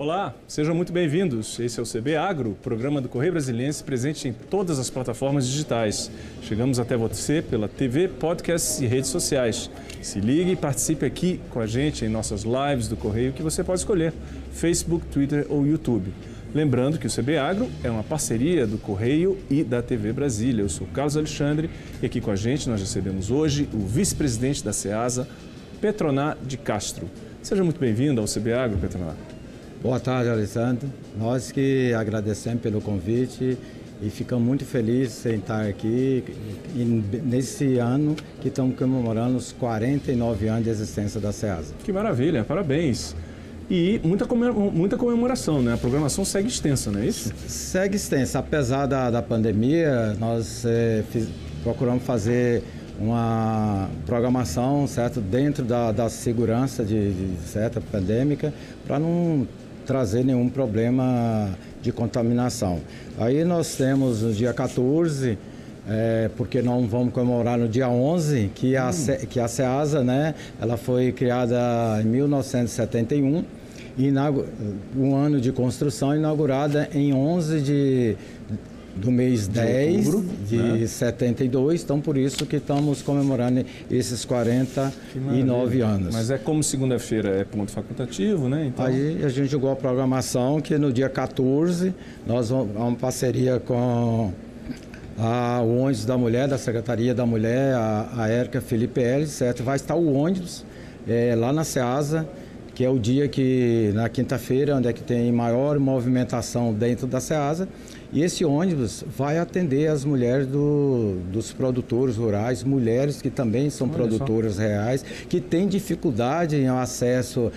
Olá, sejam muito bem-vindos. Esse é o CB Agro, programa do Correio Brasiliense, presente em todas as plataformas digitais. Chegamos até você pela TV, podcasts e redes sociais. Se ligue e participe aqui com a gente em nossas lives do Correio, que você pode escolher, Facebook, Twitter ou YouTube. Lembrando que o CB Agro é uma parceria do Correio e da TV Brasília. Eu sou Carlos Alexandre e aqui com a gente nós recebemos hoje o vice-presidente da Ceasa, Petroná de Castro. Seja muito bem-vindo ao CB Agro, Petroná. Boa tarde, Alessandro. Nós que agradecemos pelo convite e ficamos muito felizes em estar aqui nesse ano que estamos comemorando os 49 anos de existência da Ceasa. Que maravilha, parabéns. E muita comemoração, né? A programação segue extensa, não é isso? Segue extensa. Apesar da pandemia, nós procuramos fazer uma programação, certo, dentro da segurança de certa pandêmica, para não trazer nenhum problema de contaminação. Aí nós temos no dia 14, porque não vamos comemorar no dia 11, que a Ceasa, né, ela foi criada em 1971, um ano de construção, inaugurada em 11 do mês 10 outubro, de 72, então por isso que estamos comemorando esses 49 anos. Mas é como segunda-feira é ponto facultativo, né? Então... Aí a gente jogou a programação que no dia 14 nós vamos uma parceria com o ônibus da mulher, da Secretaria da Mulher, a Érica Felipe L, certo? Vai estar o ônibus lá na Ceasa, que é o dia que, na quinta-feira, onde é que tem maior movimentação dentro da Ceasa. E esse ônibus vai atender as mulheres dos produtores rurais, mulheres que também são produtoras reais, que têm dificuldade em acesso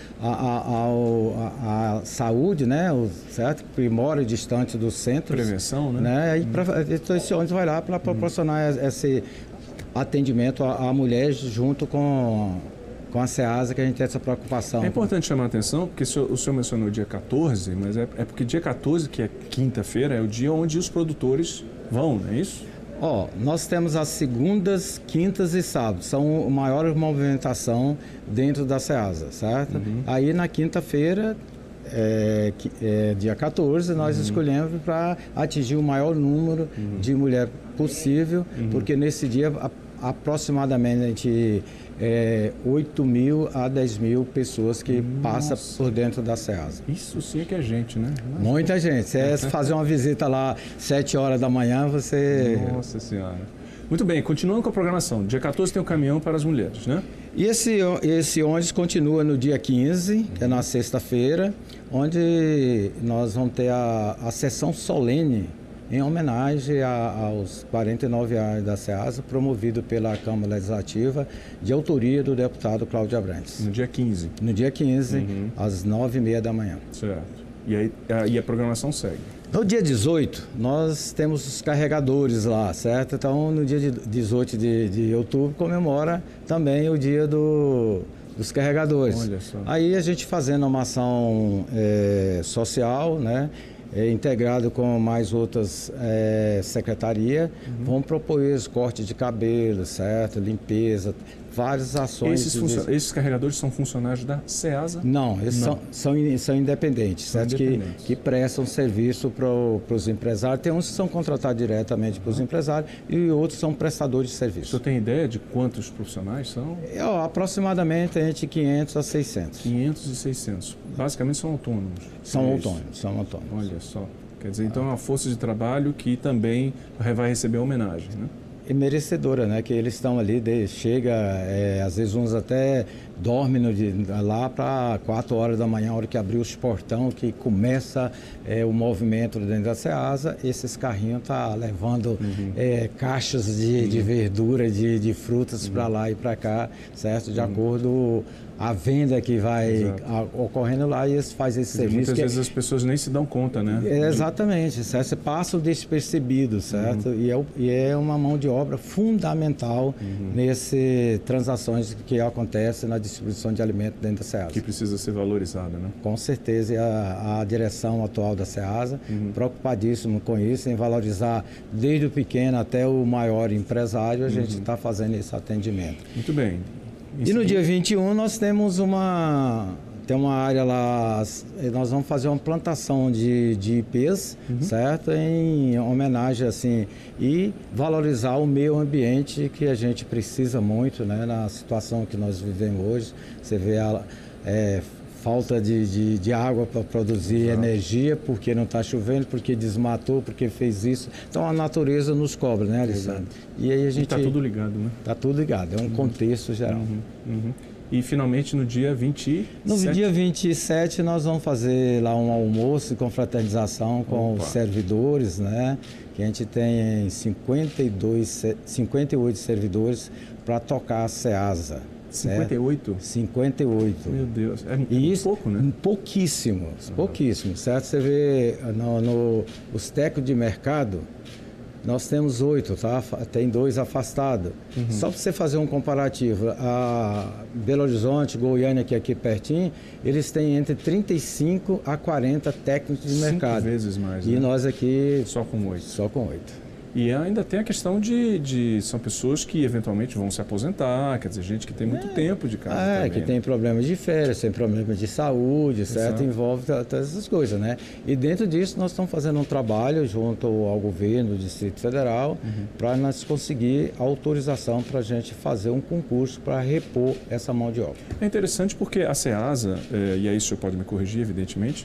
à saúde, né? Certo? Que mora distante dos centros. Prevenção, né? Então esse ônibus vai lá para proporcionar esse atendimento à mulher junto com a Ceasa, que a gente tem essa preocupação. É importante chamar a atenção, porque o senhor mencionou o dia 14, mas é porque dia 14, que é quinta-feira, é o dia onde os produtores vão, não é isso? Nós temos as segundas, quintas e sábados, são a maior movimentação dentro da Ceasa, certo? Uhum. Aí na quinta-feira, dia 14, nós escolhemos para atingir o maior número de mulheres possível, porque nesse dia aproximadamente 8 mil a 10 mil pessoas que passam por dentro da Ceasa. Isso sim é que é gente, né? Muita gente. Se fazer uma visita lá 7 horas da manhã, você... Nossa Senhora. Muito bem, continuando com a programação. Dia 14 tem o caminhão para as mulheres, né? E esse ônibus continua no dia 15, que é na sexta-feira, onde nós vamos ter a sessão solene em homenagem aos 49 anos da Ceasa, promovido pela Câmara Legislativa, de autoria do deputado Cláudio Abrantes. No dia 15? No dia 15, às 9h30 da manhã. Certo. E a programação segue? No dia 18, nós temos os carregadores lá, certo? Então, no dia 18 de outubro, comemora também o dia dos carregadores. Olha só. Aí a gente fazendo uma ação social, né? Integrado com mais outras secretarias, vão propor corte de cabelo, certo? Limpeza, várias ações. Esses carregadores são funcionários da Ceasa? Não, eles são independentes, certo? Que prestam serviço para os empresários. Tem uns que são contratados diretamente para os empresários e outros são prestadores de serviço. O senhor tem ideia de quantos profissionais são? Aproximadamente entre 500 a 600. 500 e 600. Basicamente são autônomos. São autônomos. Olha só. Quer dizer, então é uma força de trabalho que também vai receber homenagem, né? E merecedora, né? Que eles estão ali, chega, às vezes uns até dormem lá para 4 horas da manhã, a hora que abrir os portão, que começa o movimento dentro da Ceasa, esses carrinhos tá levando caixas de verdura, de frutas para lá e para cá, certo? De acordo a venda que vai ocorrendo lá e eles fazem esse serviço. Muitas vezes as pessoas nem se dão conta, né? Exatamente, certo? Você passa o despercebido, certo? E é uma mão de obra fundamental nessas transações que acontecem na distribuição de alimentos dentro da Ceasa. Que precisa ser valorizada, né? Com certeza, e a direção atual da Ceasa, preocupadíssimo com isso, em valorizar desde o pequeno até o maior empresário, a gente está fazendo esse atendimento. Muito bem. E no dia 21 nós temos uma tem uma área lá, nós vamos fazer uma plantação de ipês, certo? Em homenagem, assim, e valorizar o meio ambiente que a gente precisa muito, né? Na situação que nós vivemos hoje. Você vê a falta de água para produzir energia, porque não está chovendo, porque desmatou, porque fez isso. Então a natureza nos cobra, né, Alessandro? E aí a gente... está tudo ligado, né? Está tudo ligado, é um contexto geral. E finalmente no dia 27? No dia 27 nós vamos fazer lá um almoço com fraternização com os servidores, né? Que a gente tem 58 servidores para tocar a SEASA. 58? 58. Meu Deus, é pouco, né? Pouquíssimo, pouquíssimo, certo? Você vê os técnicos de mercado, nós temos 8, tá? Tem 2 afastados. Só para você fazer um comparativo, a Belo Horizonte, Goiânia, que é aqui pertinho, eles têm entre 35 a 40 técnicos de mercado. 5 vezes mais, E né? nós aqui... Só com 8. Só com 8. E ainda tem a questão são pessoas que eventualmente vão se aposentar, quer dizer, gente que tem muito tempo de casa também, que tem problemas de férias, tem problemas de saúde, certo? Exato. Envolve todas essas coisas, né? E dentro disso nós estamos fazendo um trabalho junto ao governo do Distrito Federal para nós conseguir autorização para a gente fazer um concurso para repor essa mão de obra. É interessante porque a SEASA, e aí o senhor pode me corrigir, evidentemente,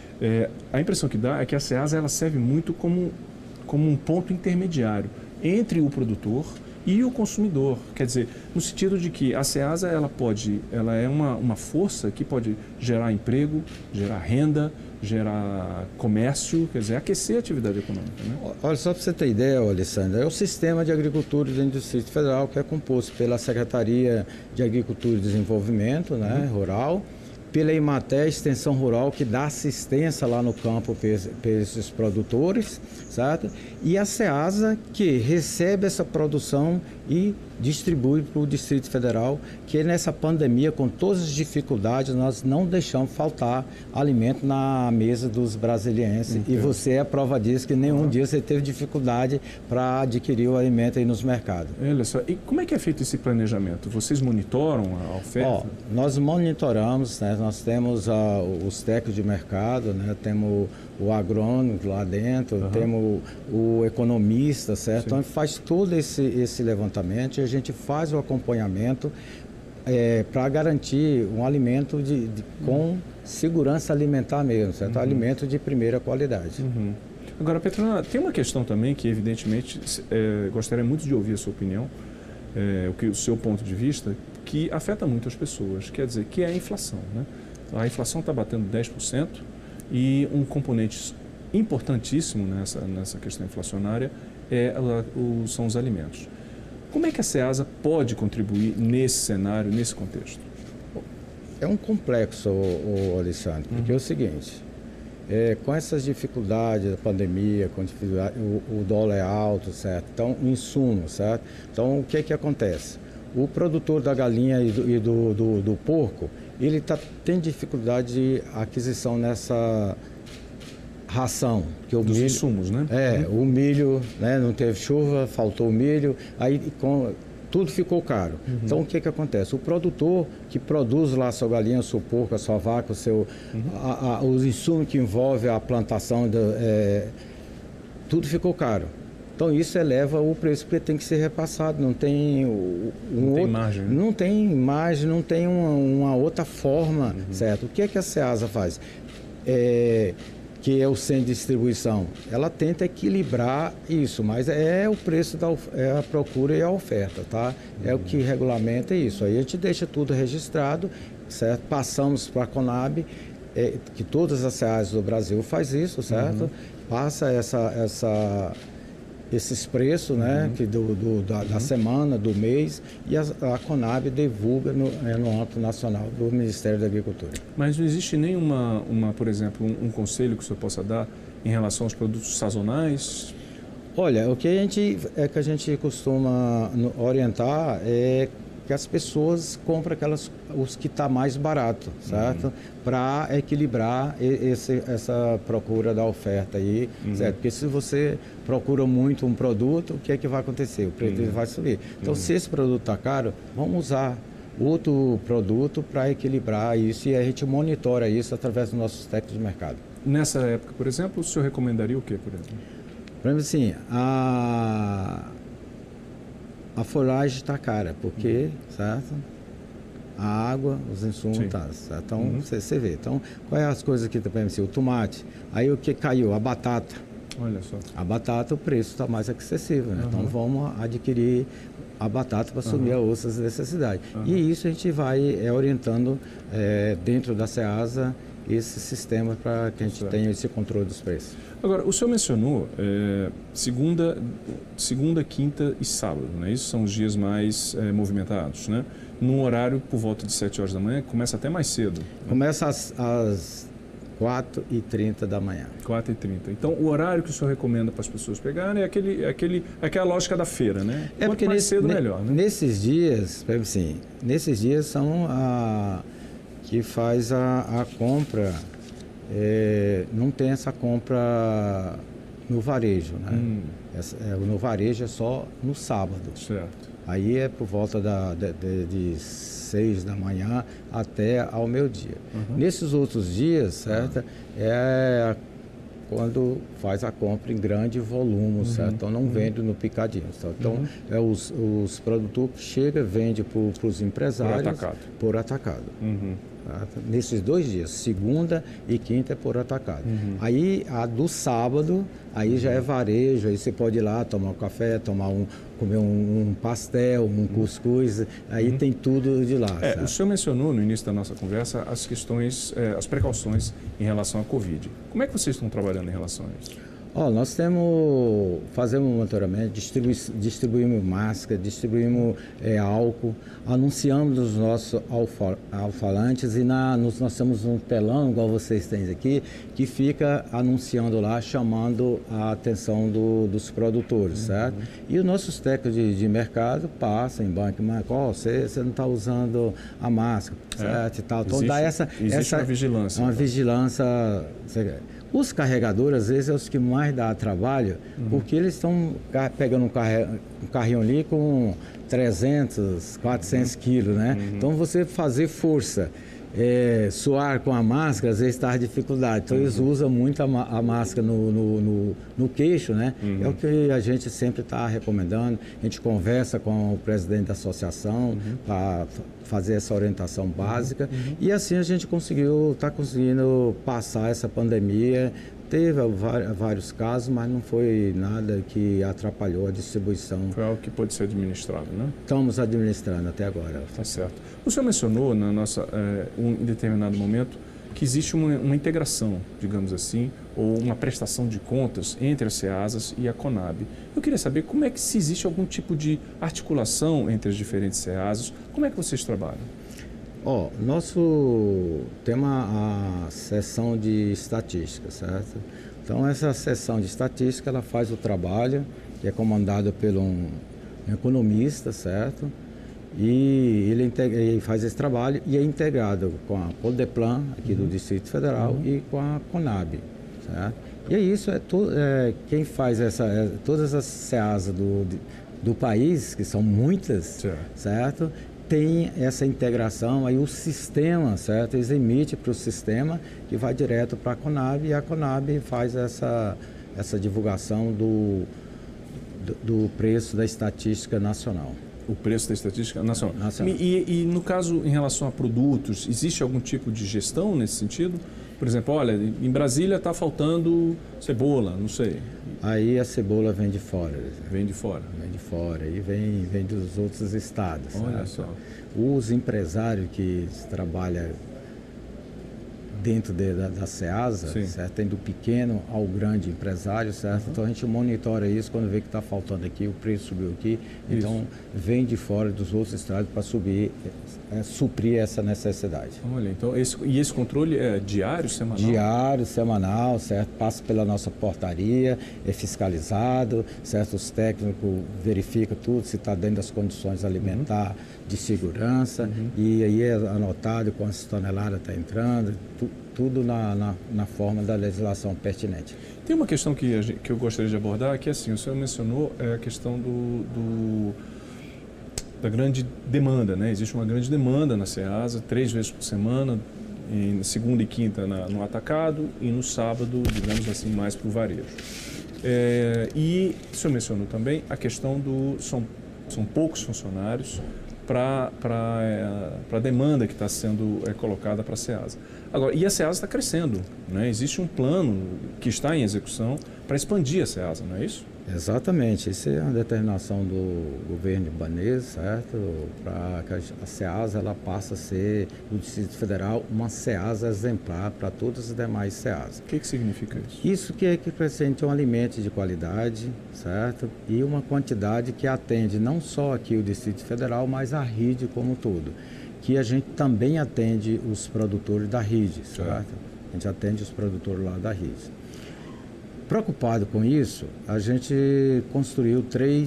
a impressão que dá é que a SEASA ela serve muito como um ponto intermediário entre o produtor e o consumidor. Quer dizer, no sentido de que a SEASA ela é uma força que pode gerar emprego, gerar renda, gerar comércio, quer dizer, aquecer a atividade econômica, né? Olha, só para você ter ideia, Alessandro, é o Sistema de Agricultura do Distrito Federal, que é composto pela Secretaria de Agricultura e Desenvolvimento, né, Rural, pela Imaté Extensão Rural, que dá assistência lá no campo para esses produtores, certo? E a SEASA, que recebe essa produção e distribui para o Distrito Federal, que nessa pandemia, com todas as dificuldades, nós não deixamos faltar alimento na mesa dos brasilienses. E você é a prova disso, que nenhum dia você teve dificuldade para adquirir o alimento aí nos mercados. Olha só, e como é que é feito esse planejamento? Vocês monitoram a oferta? Nós monitoramos, né? Nós temos os técnicos de mercado, né? Temos o agrônomo lá dentro, temos o economista, certo? Sim. Então, faz todo esse levantamento e a gente faz o acompanhamento para garantir um alimento com segurança alimentar mesmo, certo? Alimento de primeira qualidade. Agora, Petrona, tem uma questão também que, evidentemente, gostaria muito de ouvir a sua opinião, o seu ponto de vista, que afeta muito as pessoas, quer dizer, que é a inflação, né? A inflação está batendo 10%, e um componente importantíssimo nessa questão inflacionária são os alimentos. Como é que a SEASA pode contribuir nesse cenário, nesse contexto? É um complexo, Alessandro, porque é o seguinte, com essas dificuldades da pandemia, o dólar é alto, certo? Então, o insumo, certo? Então, o que acontece? O produtor da galinha e do porco, ele tem dificuldade de aquisição nessa ração. Que dos insumos, né? O milho, né, não teve chuva, faltou o milho, aí tudo ficou caro. Então, o que acontece? O produtor que produz lá a sua galinha, o seu porco, a sua vaca, os insumos que envolvem a plantação, tudo ficou caro. Então, isso eleva o preço, porque tem que ser repassado, não tem margem, né? Não tem margem, não tem uma outra forma, certo? O que a SEASA faz? Que é o centro de distribuição, ela tenta equilibrar isso, mas é o preço, a procura e a oferta, tá? É o que regulamenta isso. Aí a gente deixa tudo registrado, certo? Passamos para a Conab, que todas as SEASAs do Brasil faz isso, certo? Passa esses preços, né, da semana, do mês, e a Conab divulga no âmbito nacional do Ministério da Agricultura. Mas não existe nenhuma, por exemplo, um conselho que o senhor possa dar em relação aos produtos sazonais? Olha, o que a gente costuma orientar é que as pessoas compram os que está mais barato, certo? Para equilibrar essa procura da oferta aí, certo? Porque se você procura muito um produto, o que é que vai acontecer? O preço vai subir. Então, se esse produto está caro, vamos usar outro produto para equilibrar isso, e a gente monitora isso através dos nossos técnicos de mercado. Nessa época, por exemplo, o senhor recomendaria o quê, por exemplo? Por exemplo, assim, a folhagem está cara, porque, certo? A água, os insumos, tá, certo? Então, você vê. Então, quais as coisas aqui também? Assim, o tomate, aí o que caiu? A batata. Olha só. A batata, o preço está mais acessível, né? Então, vamos adquirir a batata para assumir as outras necessidades. E isso a gente vai orientando dentro da Ceasa esse sistema para que a gente tenha esse controle dos preços. Agora, o senhor mencionou segunda, quinta e sábado, né? Isso são os dias mais movimentados, né? Num horário por volta de 7 horas da manhã, começa até mais cedo. Né? Começa às 4h30 da manhã. 4h30. Então, o horário que o senhor recomenda para as pessoas pegarem é aquela lógica da feira, né? É Quanto porque mais cedo, melhor, né? Nesses dias, assim, nesses dias são que faz a compra, não tem essa compra no varejo, né? No varejo é só no sábado. Certo. Aí é por volta de 6 da manhã até ao meio-dia. Nesses outros dias, certo? É quando faz a compra em grande volume, certo? Então não vende no picadinho, certo? Então os produtores que chegam, vende para os empresários por atacado. Nesses 2 dias, segunda e quinta é por atacado. Aí a do sábado, aí já é varejo, aí você pode ir lá tomar um café, comer um pastel, um cuscuz, aí tem tudo de lá. O senhor mencionou no início da nossa conversa as questões, as precauções em relação à Covid. Como é que vocês estão trabalhando em relação a isso? Nós fazemos um monitoramento, distribuímos máscara, distribuímos álcool, anunciamos os nossos alfalantes e nós temos um telão, igual vocês têm aqui, que fica anunciando lá, chamando a atenção dos produtores, certo? E os nossos técnicos de mercado passam em banco, você não está usando a máscara, certo? E tal. Então existe uma vigilância. Uma vigilância. Os carregadores, às vezes, é os que mais dá trabalho, porque eles estão pegando um carrinho ali com 300, 400 quilos, né? Então, você fazer força, suar com a máscara, às vezes está dificuldade. Então, eles usam muito a máscara no queixo, né? É o que a gente sempre está recomendando. A gente conversa com o presidente da associação para fazer essa orientação básica. E assim a gente está conseguindo passar essa pandemia. Teve vários casos, mas não foi nada que atrapalhou a distribuição. Foi algo que pode ser administrado, né? Estamos administrando até agora. Tá certo. O senhor mencionou em determinado momento que existe uma integração, digamos assim, ou uma prestação de contas entre as Ceasas e a Conab. Eu queria saber como é que se existe algum tipo de articulação entre as diferentes Ceasas, como é que vocês trabalham? Nosso tema a seção de estatística, certo? Então essa seção de estatística ela faz o trabalho que é comandado por um economista, certo? E ele faz esse trabalho e é integrado com a Prodeplan, aqui do Distrito Federal, e com a Conab, certo? E é isso, quem faz todas as Ceasas do país, que são muitas, certo? Tem essa integração, aí o sistema, certo? Eles emitem para o sistema que vai direto para a Conab e a Conab faz essa divulgação do preço da estatística nacional. O preço da estatística nacional. E no caso, em relação a produtos, existe algum tipo de gestão nesse sentido? Por exemplo, olha, em Brasília está faltando cebola, não sei. Aí a cebola vem de fora. Vem de fora? Vem de fora e vem dos outros estados. Olha só. Os empresários que trabalham dentro da Ceasa, certo? Tem do pequeno ao grande empresário, certo? Então a gente monitora isso quando vê que está faltando aqui, o preço subiu aqui, então vem de fora dos outros estados para suprir essa necessidade. Olha, então esse controle é diário, semanal? Diário, semanal, certo? Passa pela nossa portaria, é fiscalizado, certo? Os técnicos verificam tudo, se está dentro das condições alimentares, de segurança, e aí é anotado quantas toneladas está entrando, tudo na forma da legislação pertinente. Tem uma questão que eu gostaria de abordar, que é assim, o senhor mencionou a questão grande demanda, né? Existe uma grande demanda na Ceasa, 3 vezes por semana, em segunda e quinta no atacado e no sábado, digamos assim, mais para o varejo. E o senhor mencionou também a questão são poucos funcionários para a demanda que está sendo colocada para a Ceasa. Agora, e a Ceasa está crescendo, né? Existe um plano que está em execução para expandir a Ceasa, não é isso? Exatamente, isso é uma determinação do governo libanês, certo? Para que a Ceasa ela passe a ser, no Distrito Federal, uma Ceasa exemplar para todas as demais Ceasas. O que significa isso? Isso que representa um alimento de qualidade, certo? E uma quantidade que atende não só aqui o Distrito Federal, mas a rede como um todo. Que a gente também atende os produtores da rede, certo? A gente atende os produtores lá da rede. Preocupado com isso, a gente construiu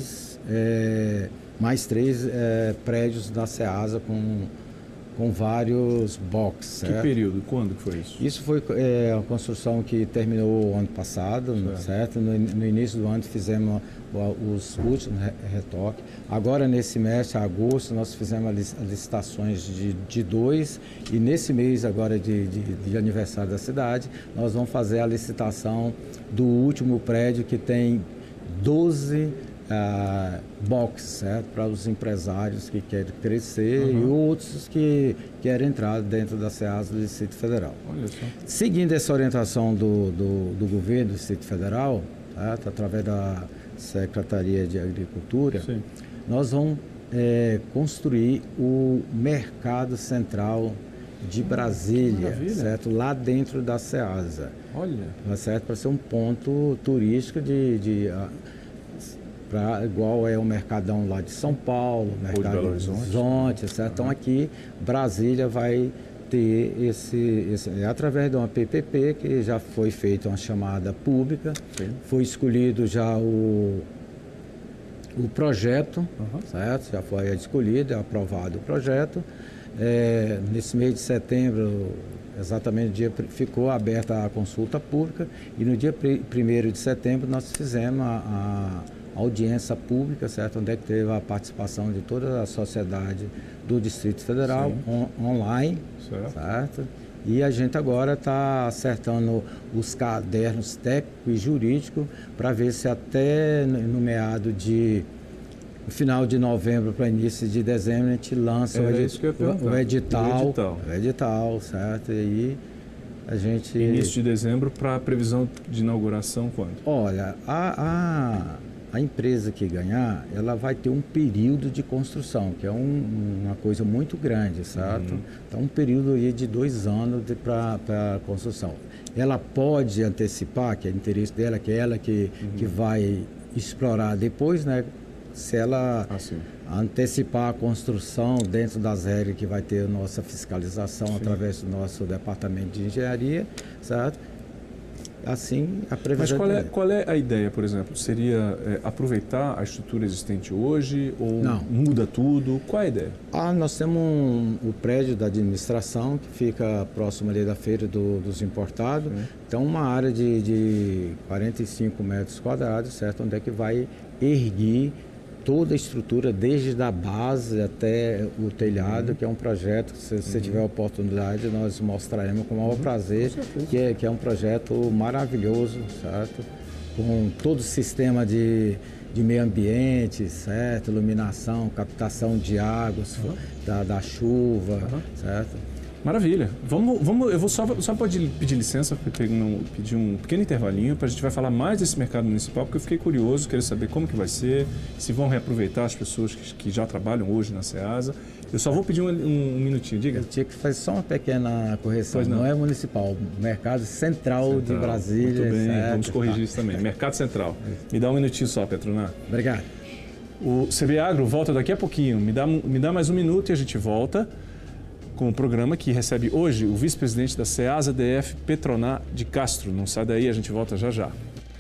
mais três prédios da Ceasa com vários boxes. Que certo? Período? Quando foi isso? Isso foi a construção que terminou ano passado, certo? No início do ano fizemos os últimos retoques. Agora, nesse mês, agosto, nós fizemos as licitações de 2 e nesse mês agora de aniversário da cidade, nós vamos fazer a licitação do último prédio que tem 12 boxes, certo? Para os empresários que querem crescer e outros que querem entrar dentro da Ceasa do Distrito Federal. Olha só. Seguindo essa orientação do governo do Distrito Federal, certo? Através da Secretaria de Agricultura, sim, nós vamos construir o Mercado Central de Brasília, certo? Lá dentro da Ceasa. Olha. Certo? Para ser um ponto turístico igual é o Mercadão lá de São Paulo, Mercado de Belo Horizonte, certo? Então aqui Brasília vai ter através de uma PPP que já foi feita uma chamada pública, sim, foi escolhido já o projeto, certo? Já foi escolhido, aprovado o projeto. Nesse mês de setembro, exatamente ficou aberta a consulta pública e no dia 1º de setembro nós fizemos a audiência pública, certo? Onde é que teve a participação de toda a sociedade do Distrito Federal, online, certo? E a gente agora está acertando os cadernos técnico e jurídico para ver se até no final de novembro para início de dezembro a gente lança o edital, certo? E aí a gente... Início de dezembro para a previsão de inauguração quando? Olha, a empresa que ganhar, ela vai ter um período de construção, que é uma coisa muito grande, certo? Então, um período aí de 2 anos para a construção. Ela pode antecipar, que é interesse dela, que é ela que vai explorar depois, né? Se ela antecipar a construção dentro das regras que vai ter a nossa fiscalização através do nosso departamento de engenharia, certo? Assim, a previsão... Mas qual é a ideia, por exemplo? Seria aproveitar a estrutura existente hoje ou muda tudo? Qual é a ideia? Nós temos o prédio da administração que fica próximo ali da Feira dos Importados. Então, uma área de 45 metros quadrados, certo? Onde é que vai erguer toda a estrutura, desde a base até o telhado, que é um projeto que, se você tiver a oportunidade, nós mostraremos com o maior prazer, que é um projeto maravilhoso, certo? Com todo o sistema de meio ambiente, certo? Iluminação, captação de águas da chuva, certo? Maravilha. Eu vou só pedir licença para pedir um pequeno intervalinho para a gente vai falar mais desse mercado municipal, porque eu fiquei curioso, quero saber como que vai ser, se vão reaproveitar as pessoas que já trabalham hoje na Ceasa. Eu só vou pedir um minutinho, diga. Eu tinha que fazer só uma pequena correção. Não é municipal, Mercado Central de Brasília. Muito bem, certo, vamos corrigir isso também. Mercado Central. Me dá um minutinho só, Petronar. Obrigado. O CB Agro volta daqui a pouquinho. Me dá mais um minuto e a gente volta com o programa que recebe hoje o vice-presidente da Ceasa DF, Petronar de Castro. Não sai daí, a gente volta já já.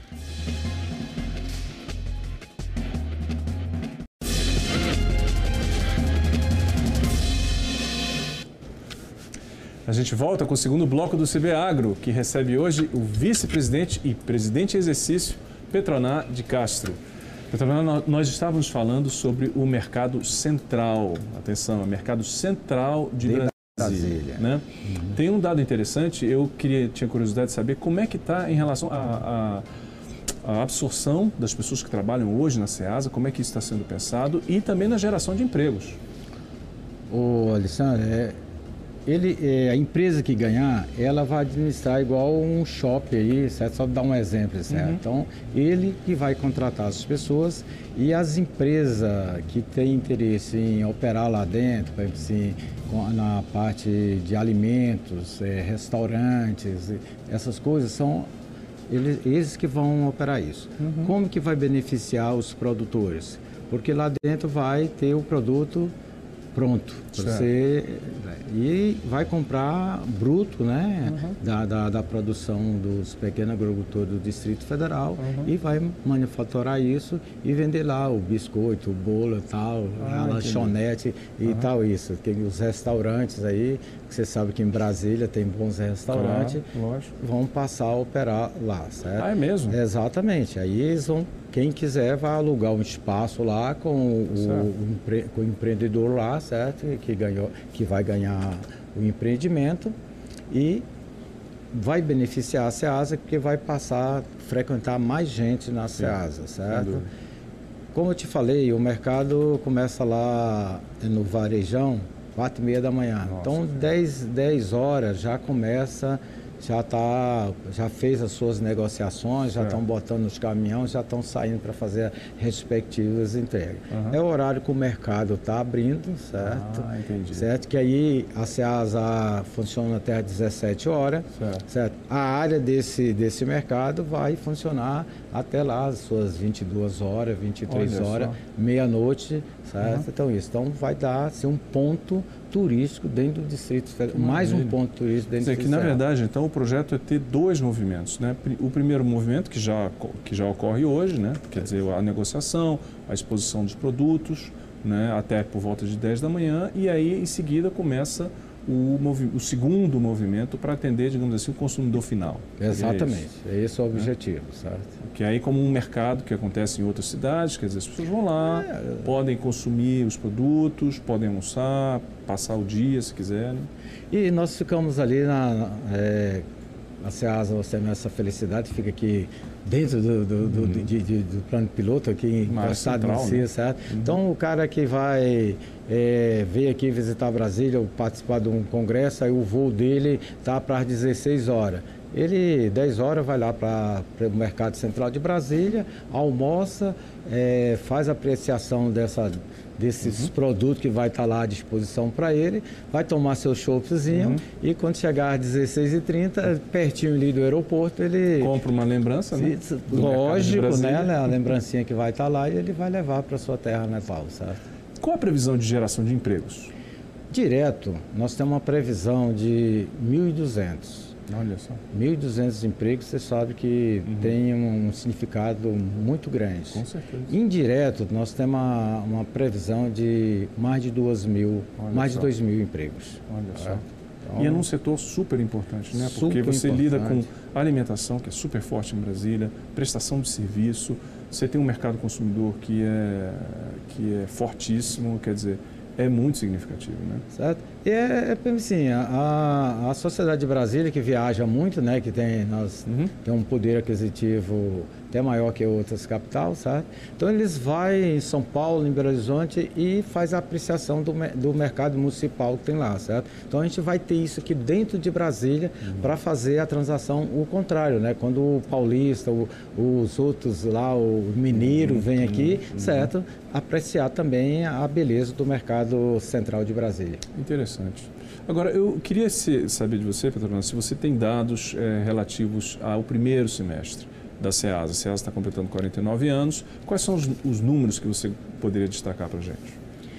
A gente volta com o segundo bloco do CB Agro, que recebe hoje o vice-presidente e presidente em exercício, Petronar de Castro. Petrolina, Nós estávamos falando sobre o mercado central, atenção, o mercado central de Brasília. Né? Tem um dado interessante, tinha curiosidade de saber como é que está em relação a absorção das pessoas que trabalham hoje na SEASA, como é que isso está sendo pensado e também na geração de empregos. Ô, Alessandro, a empresa que ganhar, ela vai administrar igual um shopping aí, certo? Só dar um exemplo, certo? Então, ele que vai contratar as pessoas e as empresas que têm interesse em operar lá dentro, por exemplo, assim, na parte de alimentos, restaurantes, essas coisas são eles que vão operar isso. Como que vai beneficiar os produtores? Porque lá dentro vai ter o produto pronto. E vai comprar bruto, né, da produção dos pequenos agricultores do Distrito Federal e vai manufaturar isso e vender lá o biscoito, o bolo, tal, a lanchonete e tal isso. Tem os restaurantes aí, que você sabe que em Brasília tem bons restaurantes, vão passar a operar lá, certo? É mesmo? Exatamente. Aí eles vão, quem quiser vai alugar um espaço lá com o empreendedor lá, certo? Que vai ganhar o empreendimento e vai beneficiar a SEASA, porque vai passar a frequentar mais gente na SEASA, certo? Como eu te falei, o mercado começa lá no Varejão, 4h30 da manhã. Então, 10 horas já começa, já fez as suas negociações, já estão botando os caminhões, já estão saindo para fazer as respectivas entregas. É o horário que o mercado está abrindo, certo? Entendi. Certo? Que aí a SEASA funciona até às 17 horas, certo? A área desse mercado vai funcionar até lá, as suas 22 horas, 23 horas, meia-noite, certo? Então vai ser um ponto turístico dentro do Distrito Federal, mais um ponto turístico dentro do Distrito Federal. Na verdade, então, o projeto é ter dois movimentos, né? O primeiro movimento, que já ocorre hoje, né? Quer dizer, a negociação, a exposição dos produtos, né? Até por volta de 10 da manhã, e aí, em seguida, começa o segundo movimento para atender, digamos assim, o consumidor final. Exatamente, esse é o objetivo, certo? Que aí, como um mercado que acontece em outras cidades, quer dizer, as pessoas vão lá, podem consumir os produtos, podem almoçar, passar o dia, se quiserem. E nós ficamos ali a SEASA, você tem essa felicidade, fica aqui dentro do plano piloto, aqui encostado em si, certo? Então, o cara que vai veio aqui visitar Brasília, ou participar de um congresso, aí o voo dele está para as 16 horas. Ele, 10 horas, vai lá para o Mercado Central de Brasília, almoça, faz a apreciação desses produtos que vai estar lá à disposição para ele, vai tomar seu choppzinho e quando chegar às 16h30, pertinho ali do aeroporto, ele... compra uma lembrança, né? Lógico, né? A lembrancinha que vai estar lá e ele vai levar para sua terra natal, certo? Qual a previsão de geração de empregos? Direto, nós temos uma previsão de 1.200. Olha só. 1.200 empregos, você sabe que tem um significado muito grande. Com certeza. Indireto, nós temos uma previsão de mais de 2.000, mais de 2.000 empregos. Olha só. Então, e é num setor super importante, né? Porque você lida com alimentação, que é super forte em Brasília, prestação de serviço, você tem um mercado consumidor que é fortíssimo, quer dizer, é muito significativo, né? Certo? E assim, a sociedade de Brasília, que viaja muito, né? Que tem um poder aquisitivo até maior que outras capitais, certo? Então eles vão em São Paulo, em Belo Horizonte e faz a apreciação do mercado municipal que tem lá, certo? Então a gente vai ter isso aqui dentro de Brasília para fazer a transação o contrário, né? Quando o paulista, os outros lá, o mineiro vem aqui, certo? Apreciar também a beleza do mercado central de Brasília. Interessante. Agora, eu queria saber de você, Petrolina, se você tem dados relativos ao primeiro semestre da SEASA. A SEASA está completando 49 anos. Quais são os números que você poderia destacar para a gente?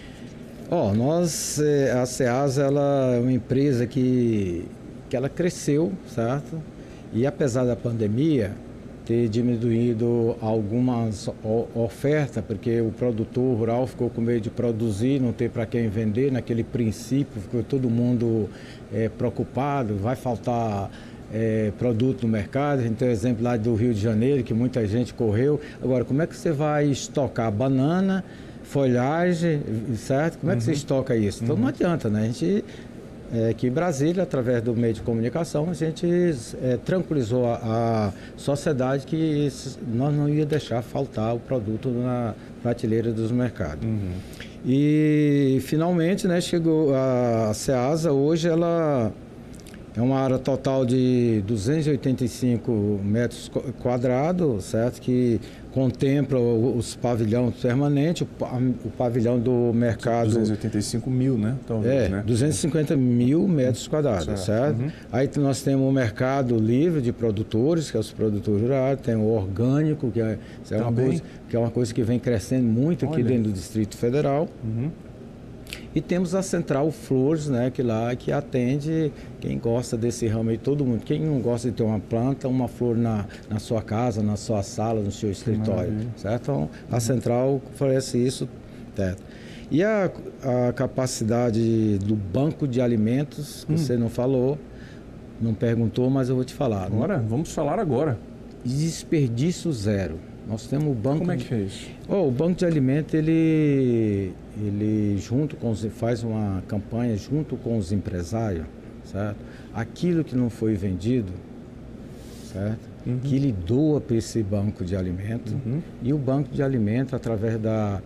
A SEASA ela é uma empresa que ela cresceu, certo? E apesar da pandemia ter diminuído algumas ofertas, porque o produtor rural ficou com medo de produzir, não ter para quem vender, naquele princípio ficou todo mundo preocupado, vai faltar produto no mercado. A gente tem o exemplo lá do Rio de Janeiro, que muita gente correu. Agora, como é que você vai estocar banana, folhagem, certo? Como é que você estoca isso? Então não adianta, né? A gente, aqui em Brasília, através do meio de comunicação, a gente tranquilizou a sociedade que nós não ia deixar faltar o produto na prateleira dos mercados. E finalmente, né, chegou a Ceasa. Hoje ela é uma área total de 285 metros quadrados, certo? Que contempla os pavilhões permanentes, o pavilhão do mercado... 285 mil, né? Talvez, né? 250 mil metros quadrados, certo? Aí nós temos o mercado livre de produtores, que é os produtores rurais, tem o orgânico, que é uma coisa que vem crescendo muito aqui dentro do Distrito Federal. E temos a Central Flores, né, que atende quem gosta desse ramo aí, todo mundo. Quem não gosta de ter uma planta, uma flor na sua casa, na sua sala, no seu escritório, certo? Então, a Central oferece isso. Certo? E a capacidade do banco de alimentos, que você não falou, não perguntou, mas eu vou te falar. Agora, vamos falar agora. Desperdício zero. Nós temos o banco... Como é que é isso? O banco de alimento, ele junto com faz uma campanha junto com os empresários, certo? Aquilo que não foi vendido, certo? Que ele doa para esse banco de alimento. E o banco de alimento, através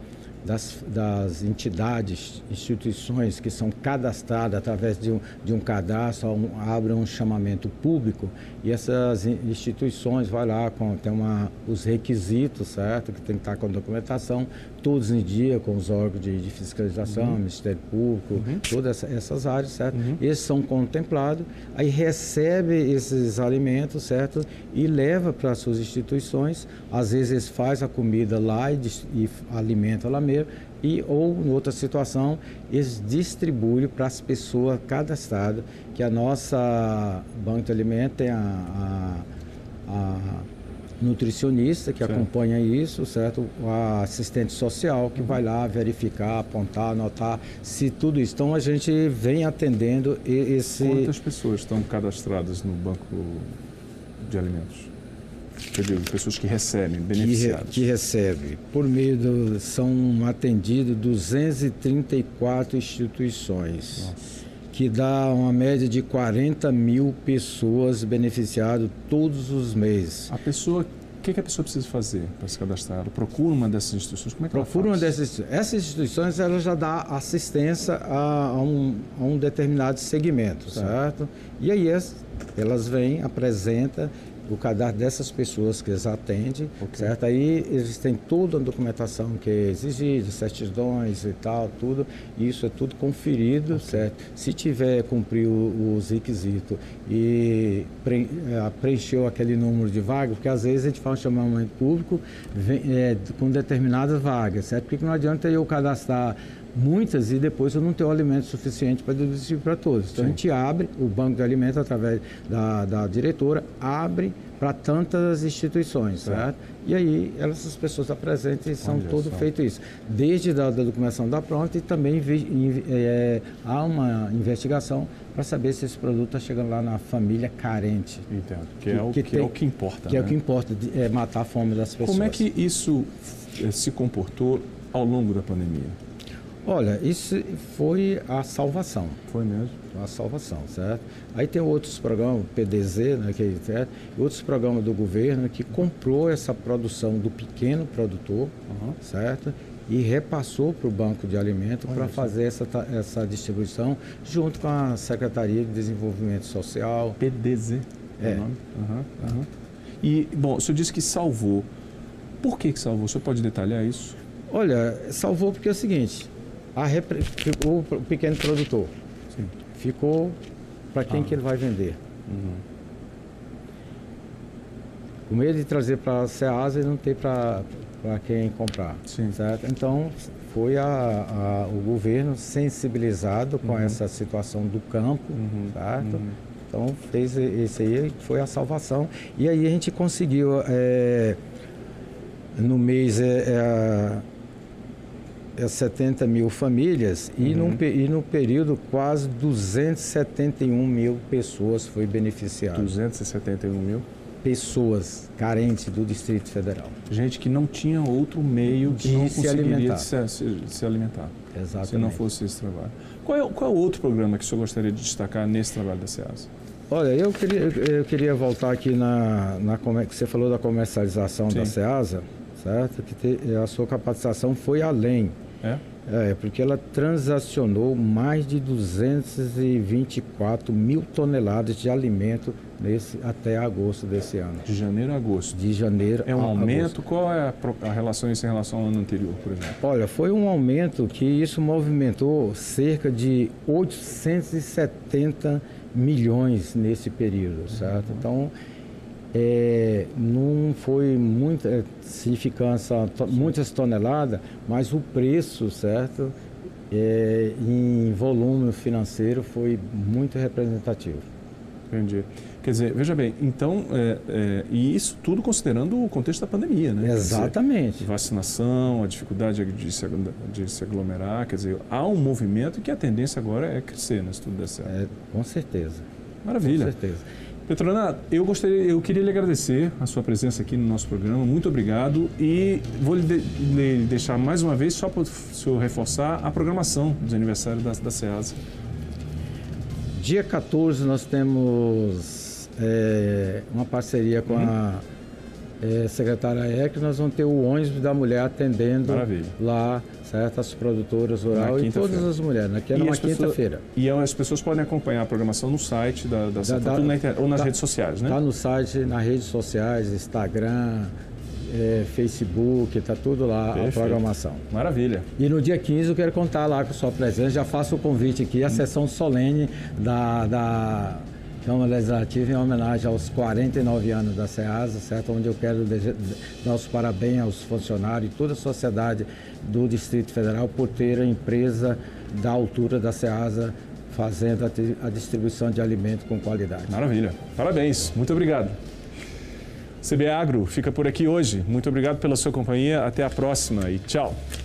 das entidades, instituições que são cadastradas através de um cadastro, abre um chamamento público, e essas instituições vai lá, tem os requisitos, certo? Que tem que estar com a documentação, todos em dia com os órgãos de fiscalização, Ministério Público, todas essas áreas, certo? Esses são contemplados, aí recebe esses alimentos, certo? E leva para as suas instituições, às vezes eles fazem a comida lá e alimenta lá mesmo, ou em outra situação, eles distribuem para as pessoas cadastradas, que a nossa banco de alimentos tem a nutricionista que acompanha isso, certo? A assistente social que vai lá verificar, apontar, anotar, se tudo isso. Então a gente vem atendendo esse... Quantas pessoas estão cadastradas no banco de alimentos? Eu digo, pessoas que recebem, beneficiadas. Que recebem. Por meio são atendidos 234 instituições. Nossa. Que dá uma média de 40 mil pessoas beneficiadas todos os meses. A pessoa, o que a pessoa precisa fazer para se cadastrar? Ela procura uma dessas instituições? Como é que procura ela faz? Uma dessas essas instituições, ela já dá assistência a um determinado segmento, certo? E aí elas vêm, apresentam o cadastro dessas pessoas que eles atendem, certo? Aí eles têm toda a documentação que é exigida, certidões e tal, tudo. Isso é tudo conferido, certo? Se tiver cumprir os requisitos e preencheu aquele número de vagas, porque às vezes a gente faz um chamamento público com determinadas vagas, certo? Porque não adianta eu cadastrar muitas e depois eu não ter o alimento suficiente para distribuir para todos. Então a gente abre o banco de alimentos através da diretora, abre para tantas instituições, certo? E aí essas pessoas apresentam e são tudo feito isso. Desde da documentação da pronta e também há uma investigação para saber se esse produto está chegando lá na família carente. Entendo. Que é o que importa. Que é o que importa, é matar a fome das pessoas. Como é que isso se comportou ao longo da pandemia? Olha, isso foi a salvação. Foi mesmo? A salvação, certo? Aí tem outros programas, PDZ, né, certo? Outros programas do governo que comprou essa produção do pequeno produtor, certo? E repassou para o Banco de Alimentos para fazer essa distribuição junto com a Secretaria de Desenvolvimento Social. PDZ? É o nome? E, bom, o senhor disse que salvou. Por que salvou? O senhor pode detalhar isso? Olha, salvou porque é o seguinte... ficou o pequeno produtor. Sim. Ficou para quem que ele vai vender. Com medo de trazer para a Ceasa e não ter para quem comprar. Sim. Certo? Então, foi o governo sensibilizado com essa situação do campo, certo? Então, fez esse aí, foi a salvação. E aí a gente conseguiu, no mês... 70 mil famílias e no período quase 271 mil pessoas foi beneficiadas. 271 mil? Pessoas carentes do Distrito Federal. Gente que não tinha outro meio, que não conseguiria se alimentar. Exatamente. Se não fosse esse trabalho. Qual é o outro programa que o senhor gostaria de destacar nesse trabalho da SEASA? Olha, eu queria voltar aqui que você falou da comercialização da SEASA, certo? Que a sua capacitação foi além. Porque ela transacionou mais de 224 mil toneladas de alimento até agosto desse ano. De janeiro a agosto? De janeiro a agosto. É um aumento? Qual é a relação isso em relação ao ano anterior, por exemplo? Olha, foi um aumento que isso movimentou cerca de 870 milhões nesse período, certo? Então, não foi muita significância, muitas toneladas, mas o preço, certo, em volume financeiro foi muito representativo. Entendi. Quer dizer, veja bem, então, e isso tudo considerando o contexto da pandemia, né? Exatamente. Quer dizer, vacinação, a dificuldade de se aglomerar, quer dizer, há um movimento que a tendência agora é crescer, né? Se tudo der certo. Com certeza. Maravilha. Com certeza. Petrona, eu queria lhe agradecer a sua presença aqui no nosso programa, muito obrigado, e vou lhe deixar mais uma vez, só para o senhor reforçar, a programação dos aniversários da SEASA. Dia 14 nós temos uma parceria com a secretária EC, nós vamos ter o ônibus da mulher atendendo lá, certo, as produtoras rurais e todas as mulheres, aqui é numa quinta-feira. E as pessoas podem acompanhar a programação no site ou nas redes sociais, né? Está no site, nas redes sociais, Instagram, Facebook, está tudo lá. Perfeito. A programação. Maravilha. E no dia 15 eu quero contar lá com a sua presença, já faço o convite aqui, a sessão solene da Câmara Legislativa em homenagem aos 49 anos da SEASA, certo? Onde eu quero dar os parabéns aos funcionários e toda a sociedade do Distrito Federal por ter a empresa da altura da SEASA fazendo a distribuição de alimento com qualidade. Maravilha. Parabéns. Muito obrigado. CB Agro fica por aqui hoje. Muito obrigado pela sua companhia. Até a próxima e tchau.